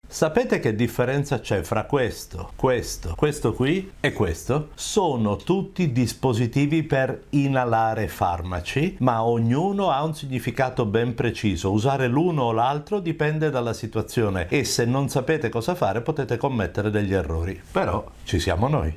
Sapete che differenza c'è fra questo qui e questo? Sono tutti dispositivi per inalare farmaci, ma ognuno ha un significato ben preciso. Usare l'uno o l'altro dipende dalla situazione e se non sapete cosa fare potete commettere degli errori. Però ci siamo noi.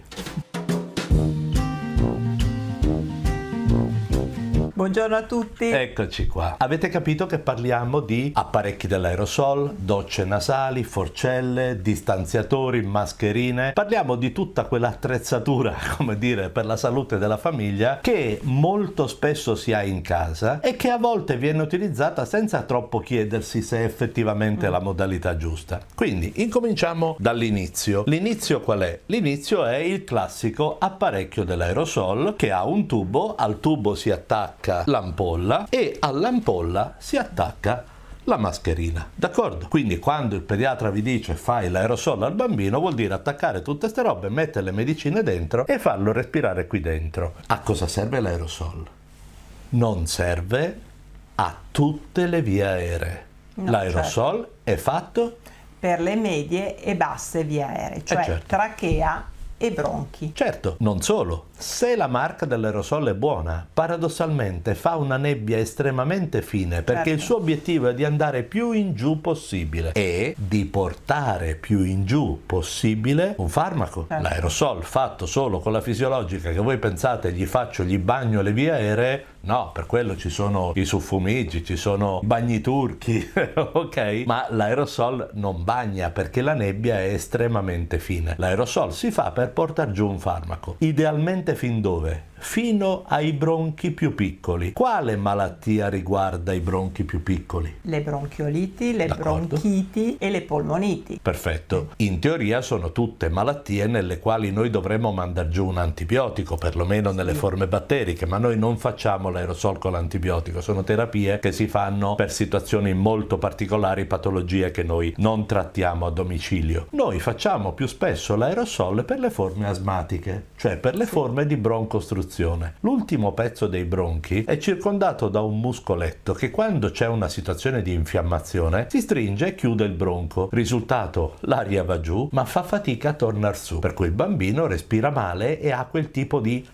Buongiorno a tutti. Eccoci qua. Avete capito che parliamo di apparecchi dell'aerosol, docce nasali, forcelle, distanziatori, mascherine. Parliamo di tutta quell'attrezzatura, come dire, per la salute della famiglia che molto spesso si ha in casa e che a volte viene utilizzata senza troppo chiedersi se è effettivamente la modalità giusta. Quindi incominciamo dall'inizio. L'inizio qual è? L'inizio è il classico apparecchio dell'aerosol che ha un tubo, al tubo si attacca l'ampolla e all'ampolla si attacca la mascherina, d'accordo? Quindi quando il pediatra vi dice fai l'aerosol al bambino vuol dire attaccare tutte ste robe, mettere le medicine dentro e farlo respirare qui dentro. A cosa serve l'aerosol? Non serve a tutte le vie aeree. No, l'aerosol certo. È fatto per le medie e basse vie aeree, cioè certo. Trachea e bronchi. Certo, non solo. Se la marca dell'aerosol è buona, paradossalmente fa una nebbia estremamente fine perché il suo obiettivo è di andare più in giù possibile e di portare più in giù possibile un farmaco. Certo. L'aerosol fatto solo con la fisiologica che voi pensate gli bagno le vie aeree, no, per quello ci sono i suffumigi, ci sono bagni turchi, ok? Ma l'aerosol non bagna perché la nebbia è estremamente fine. L'aerosol si fa per portare giù un farmaco. Idealmente fin dove? Fino ai bronchi più piccoli. Quale malattia riguarda i bronchi più piccoli? Le bronchioliti, le bronchiti e le polmoniti. Perfetto. In teoria sono tutte malattie nelle quali noi dovremmo mandare giù un antibiotico, perlomeno nelle forme batteriche, ma noi non facciamo l'aerosol con l'antibiotico, sono terapie che si fanno per situazioni molto particolari, patologie che noi non trattiamo a domicilio. Noi facciamo più spesso l'aerosol per le forme asmatiche, cioè per le forme di broncostruzione. L'ultimo pezzo dei bronchi è circondato da un muscoletto che quando c'è una situazione di infiammazione si stringe e chiude il bronco. Risultato, l'aria va giù ma fa fatica a tornare su, per cui il bambino respira male e ha quel tipo di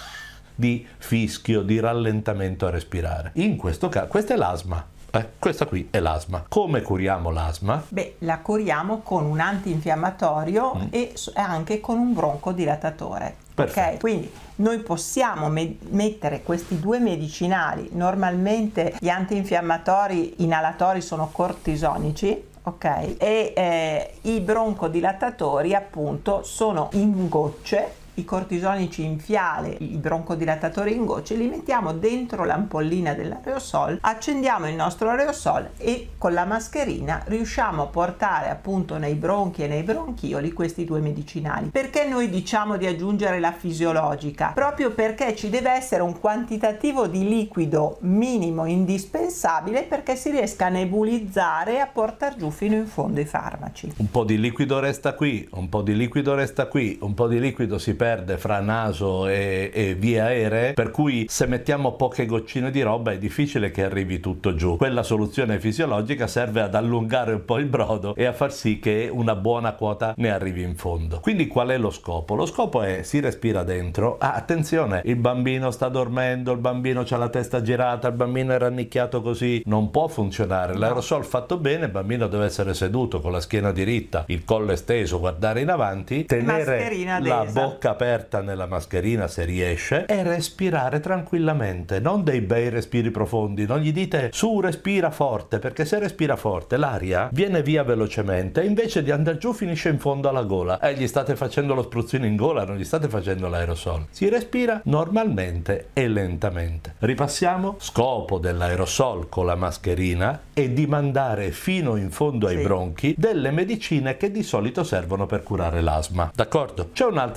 fischio, di rallentamento a respirare. In questo caso, questo è l'asma. Questa qui è l'asma. Come curiamo l'asma? Beh, la curiamo con un antinfiammatorio e anche con un broncodilatatore. Ok, quindi noi possiamo mettere questi due medicinali. Normalmente gli antinfiammatori inalatori sono cortisonici. Ok, e i broncodilatatori appunto sono in gocce. I cortisonici in fiale, i broncodilatatori in gocce, li mettiamo dentro l'ampollina dell'aerosol, accendiamo il nostro aerosol e con la mascherina riusciamo a portare appunto nei bronchi e nei bronchioli questi due medicinali. Perché noi diciamo di aggiungere la fisiologica? Proprio perché ci deve essere un quantitativo di liquido minimo indispensabile perché si riesca a nebulizzare e a portare giù fino in fondo i farmaci. Un po' di liquido resta qui, un po' di liquido resta qui, un po' di liquido si perde fra naso e vie aeree, per cui se mettiamo poche goccine di roba è difficile che arrivi tutto giù. Quella soluzione fisiologica serve ad allungare un po' il brodo e a far sì che una buona quota ne arrivi in fondo. Quindi qual è lo scopo? Lo scopo è si respira dentro. Attenzione, il bambino sta dormendo, il bambino ha la testa girata, il bambino è rannicchiato così, non può funzionare. L'aerosol fatto bene, il bambino deve essere seduto con la schiena diritta, il collo esteso, guardare in avanti, tenere la bocca aperta nella mascherina se riesce e respirare tranquillamente, non dei bei respiri profondi, non gli dite su respira forte, perché se respira forte l'aria viene via velocemente e invece di andare giù finisce in fondo alla gola e gli state facendo lo spruzzino in gola, non gli state facendo l'aerosol. Si respira normalmente e lentamente. Ripassiamo: scopo dell'aerosol con la mascherina è di mandare fino in fondo ai bronchi delle medicine che di solito servono per curare l'asma, d'accordo? C'è un altro strumento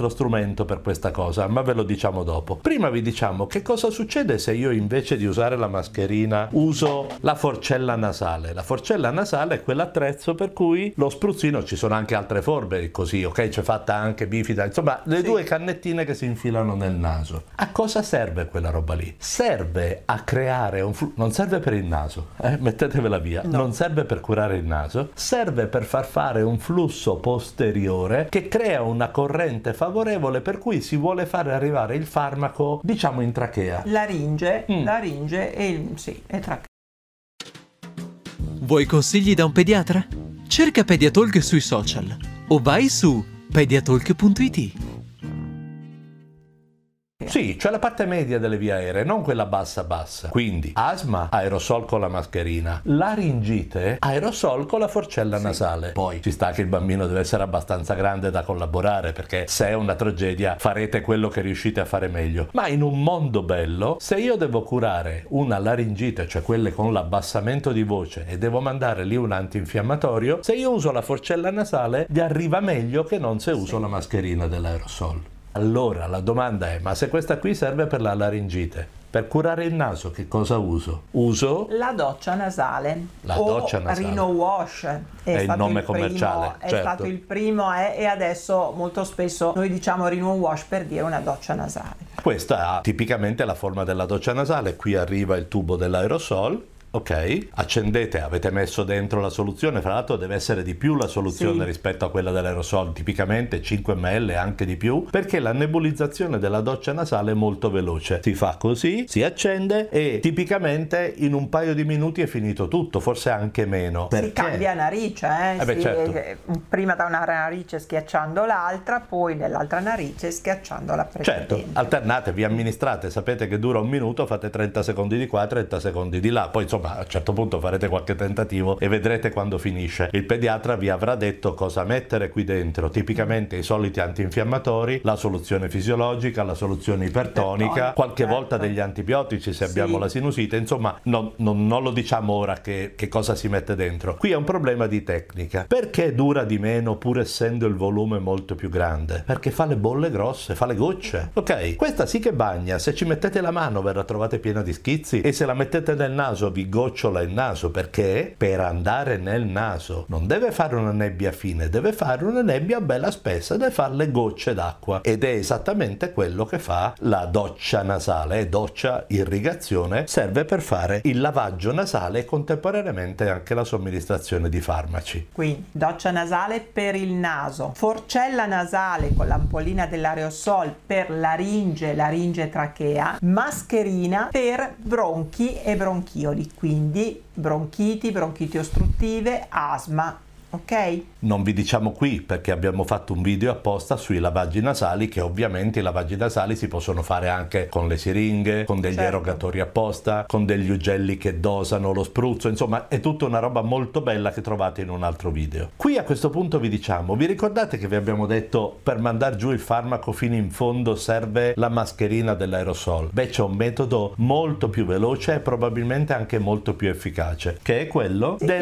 regolamento per questa cosa, ma ve lo diciamo dopo. Prima vi diciamo che cosa succede se io invece di usare la mascherina uso la forcella nasale. La forcella nasale è quell'attrezzo per cui lo spruzzino, ci sono anche altre forme così, ok? C'è fatta anche bifida, insomma le due cannettine che si infilano nel naso. A cosa serve quella roba lì? Serve a creare un non serve per il naso, mettetevela via, non serve per curare il naso, serve per far fare un flusso posteriore che crea una corrente favorevole per cui si vuole fare arrivare il farmaco, diciamo, in trachea. Laringe e trachea. Vuoi consigli da un pediatra? Cerca Pediatalk sui social o vai su pediatalk.it. Sì, c'è la parte media delle vie aeree, non quella bassa. Quindi asma, aerosol con la mascherina. Laringite, aerosol con la forcella nasale. Poi ci sta che il bambino deve essere abbastanza grande da collaborare, perché se è una tragedia farete quello che riuscite a fare meglio. Ma in un mondo bello, se io devo curare una laringite, cioè quelle con l'abbassamento di voce, e devo mandare lì un antinfiammatorio, se io uso la forcella nasale vi arriva meglio che non se uso la mascherina dell'aerosol. Allora la domanda è: ma se questa qui serve per la laringite, per curare il naso che cosa uso? Uso la doccia nasale. Doccia nasale. Rhino Wash è il nome commerciale, è stato il primo e adesso molto spesso noi diciamo Rhino Wash per dire una doccia nasale. Questa ha tipicamente la forma della doccia nasale, qui arriva il tubo dell'aerosol. Ok, accendete, avete messo dentro la soluzione, fra l'altro deve essere di più la soluzione rispetto a quella dell'aerosol, tipicamente 5 ml, anche di più, perché la nebulizzazione della doccia nasale è molto veloce. Si fa così, si accende e tipicamente in un paio di minuti è finito tutto, forse anche meno. Perché? Si cambia narice, certo. Prima da una narice schiacciando l'altra, poi nell'altra narice schiacciando la precedente. Certo, alternate, vi amministrate, sapete che dura un minuto, fate 30 secondi di qua, 30 secondi di là, poi insomma a un certo punto farete qualche tentativo e vedrete quando finisce. Il pediatra vi avrà detto cosa mettere qui dentro, tipicamente i soliti antinfiammatori, la soluzione fisiologica, la soluzione ipertonica, qualche volta degli antibiotici se abbiamo la sinusite, insomma non lo diciamo ora che cosa si mette dentro. Qui è un problema di tecnica. Perché dura di meno pur essendo il volume molto più grande? Perché fa le bolle grosse, fa le gocce. Ok, questa sì che bagna, se ci mettete la mano ve la trovate piena di schizzi e se la mettete nel naso vi gocciola il naso, perché per andare nel naso non deve fare una nebbia fine, deve fare una nebbia bella spessa, deve fare le gocce d'acqua, ed è esattamente quello che fa la doccia nasale. Doccia, irrigazione, serve per fare il lavaggio nasale e contemporaneamente anche la somministrazione di farmaci. Quindi doccia nasale per il naso, forcella nasale con l'ampollina dell'aerosol per laringe e trachea, mascherina per bronchi e bronchioli, quindi bronchiti ostruttive, asma. Ok? Non vi diciamo qui perché abbiamo fatto un video apposta sui lavaggi nasali, che ovviamente i lavaggi nasali si possono fare anche con le siringhe, con degli erogatori apposta, con degli ugelli che dosano lo spruzzo, insomma è tutta una roba molto bella che trovate in un altro video. Qui a questo punto vi diciamo, vi ricordate che vi abbiamo detto per mandare giù il farmaco fino in fondo serve la mascherina dell'aerosol? Beh, c'è un metodo molto più veloce e probabilmente anche molto più efficace, che è quello del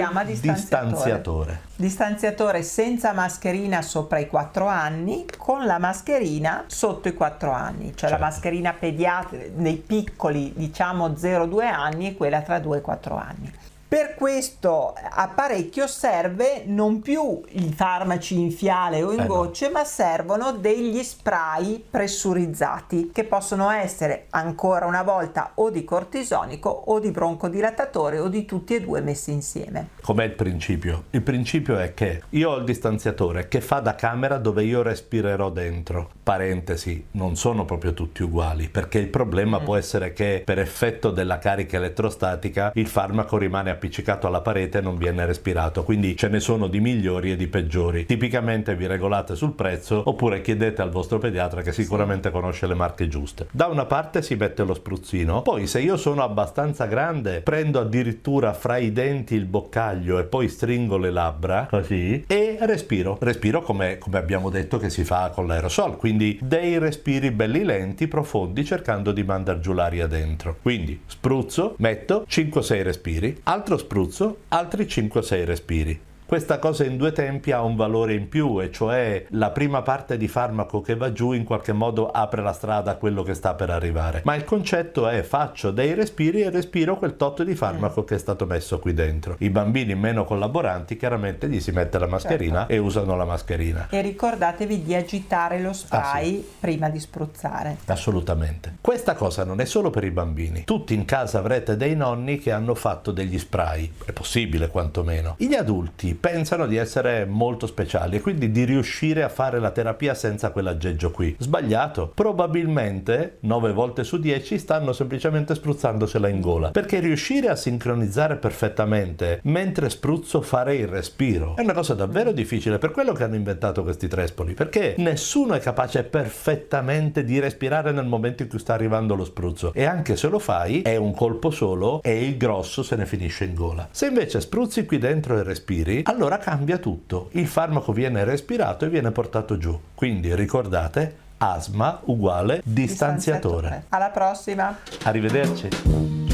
distanziatore senza mascherina sopra i 4 anni, con la mascherina sotto i 4 anni, cioè la mascherina pediatrica dei piccoli, diciamo 0-2 anni, e quella tra 2 e 4 anni. Per questo apparecchio serve non più i farmaci in fiale o in gocce, ma servono degli spray pressurizzati che possono essere ancora una volta o di cortisonico o di broncodilatatore o di tutti e due messi insieme. Com'è il principio? Il principio è che io ho il distanziatore che fa da camera dove io respirerò dentro. Parentesi, non sono proprio tutti uguali, perché il problema può essere che per effetto della carica elettrostatica il farmaco rimane appiccicato alla parete e non viene respirato, quindi ce ne sono di migliori e di peggiori. Tipicamente vi regolate sul prezzo oppure chiedete al vostro pediatra che sicuramente conosce le marche giuste. Da una parte si mette lo spruzzino, poi se io sono abbastanza grande prendo addirittura fra i denti il boccaglio e poi stringo le labbra così e respiro come abbiamo detto che si fa con l'aerosol, quindi dei respiri belli lenti, profondi, cercando di mandar giù l'aria dentro. Quindi spruzzo, metto 5-6 respiri, altro spruzzo, altri 5-6 respiri. Questa cosa in due tempi ha un valore in più, e cioè la prima parte di farmaco che va giù in qualche modo apre la strada a quello che sta per arrivare. Ma il concetto è: faccio dei respiri e respiro quel tot di farmaco che è stato messo qui dentro. I bambini meno collaboranti chiaramente gli si mette la mascherina e usano la mascherina. E ricordatevi di agitare lo spray prima di spruzzare. Assolutamente. Questa cosa non è solo per i bambini. Tutti in casa avrete dei nonni che hanno fatto degli spray, è possibile quantomeno. Gli adulti pensano di essere molto speciali e quindi di riuscire a fare la terapia senza quell'aggeggio qui. Sbagliato. Probabilmente 9 volte su 10 stanno semplicemente spruzzandosela in gola, perché riuscire a sincronizzare perfettamente mentre spruzzo fare il respiro è una cosa davvero difficile. Per quello che hanno inventato questi trespoli, perché nessuno è capace perfettamente di respirare nel momento in cui sta arrivando lo spruzzo, e anche se lo fai è un colpo solo e il grosso se ne finisce in gola. Se invece spruzzi qui dentro e respiri, allora cambia tutto. Il farmaco viene respirato e viene portato giù. Quindi ricordate, asma uguale distanziatore. Alla prossima! Arrivederci!